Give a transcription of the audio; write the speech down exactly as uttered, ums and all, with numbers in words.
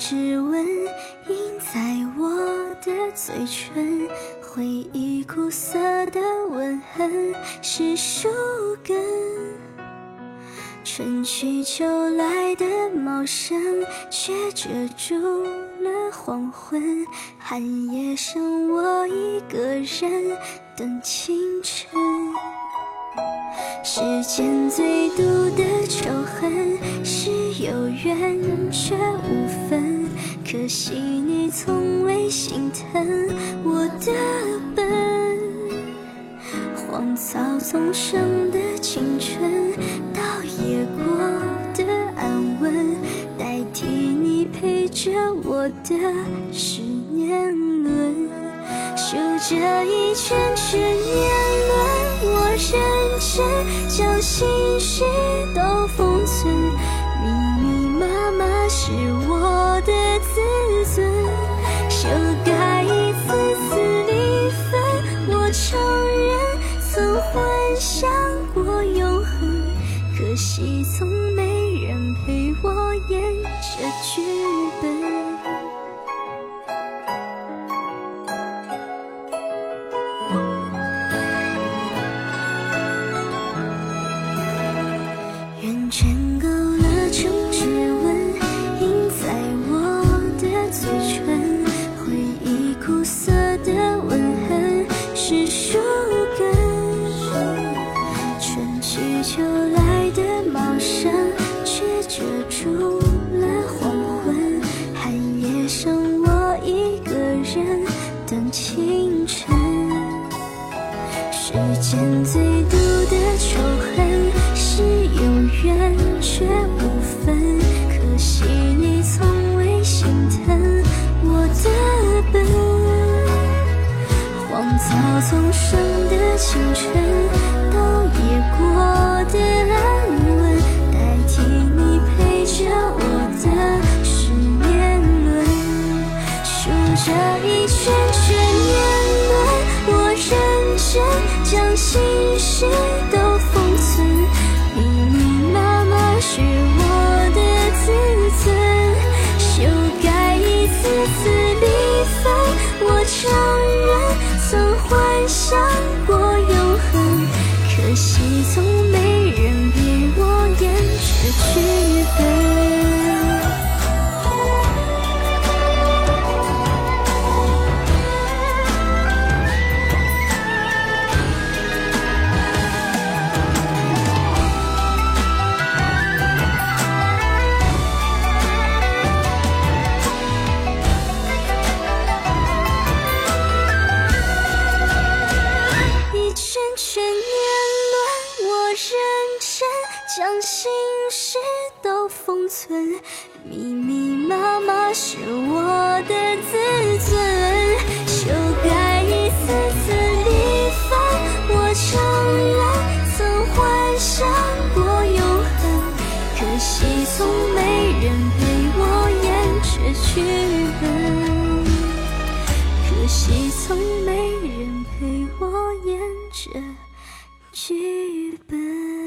指纹印在我的嘴唇，回忆苦涩的吻痕是树根，春去秋来的茂盛却遮住了黄昏，寒夜剩我一个人等清晨。世间最毒的仇恨是有缘却无分，可惜你从未心疼我的笨。荒草丛生的青春，倒也过的安稳，代替你陪着我的十年轮。数着一圈圈年轮，我认真将心事都封存，密密麻麻是我的自尊，修改一次次离分。我承认曾幻想过永恒，可惜从没人陪我演这剧本。缘圈勾勒成指纹，印在我的嘴唇，回忆苦涩的吻痕是树根，春去秋来的茂盛却遮住了黄昏，寒夜剩我一个人等清晨。世间最毒的仇恨是有缘却无分，可惜你从未心疼我的笨。荒草丛生的青春，倒也过的安稳，代替你陪着我的十年轮。数着一圈圈年轮，我认真将心事都封存，密密麻麻是我的自尊，修改一次次离分。我承认曾幻想过永恒，可惜从没人陪我演这剧本。将心事都封存，密密麻麻是我的自尊，修改一次次离分。我承认曾幻想过永恒，可惜从没人陪我演这剧本，可惜从没人陪我演这剧本。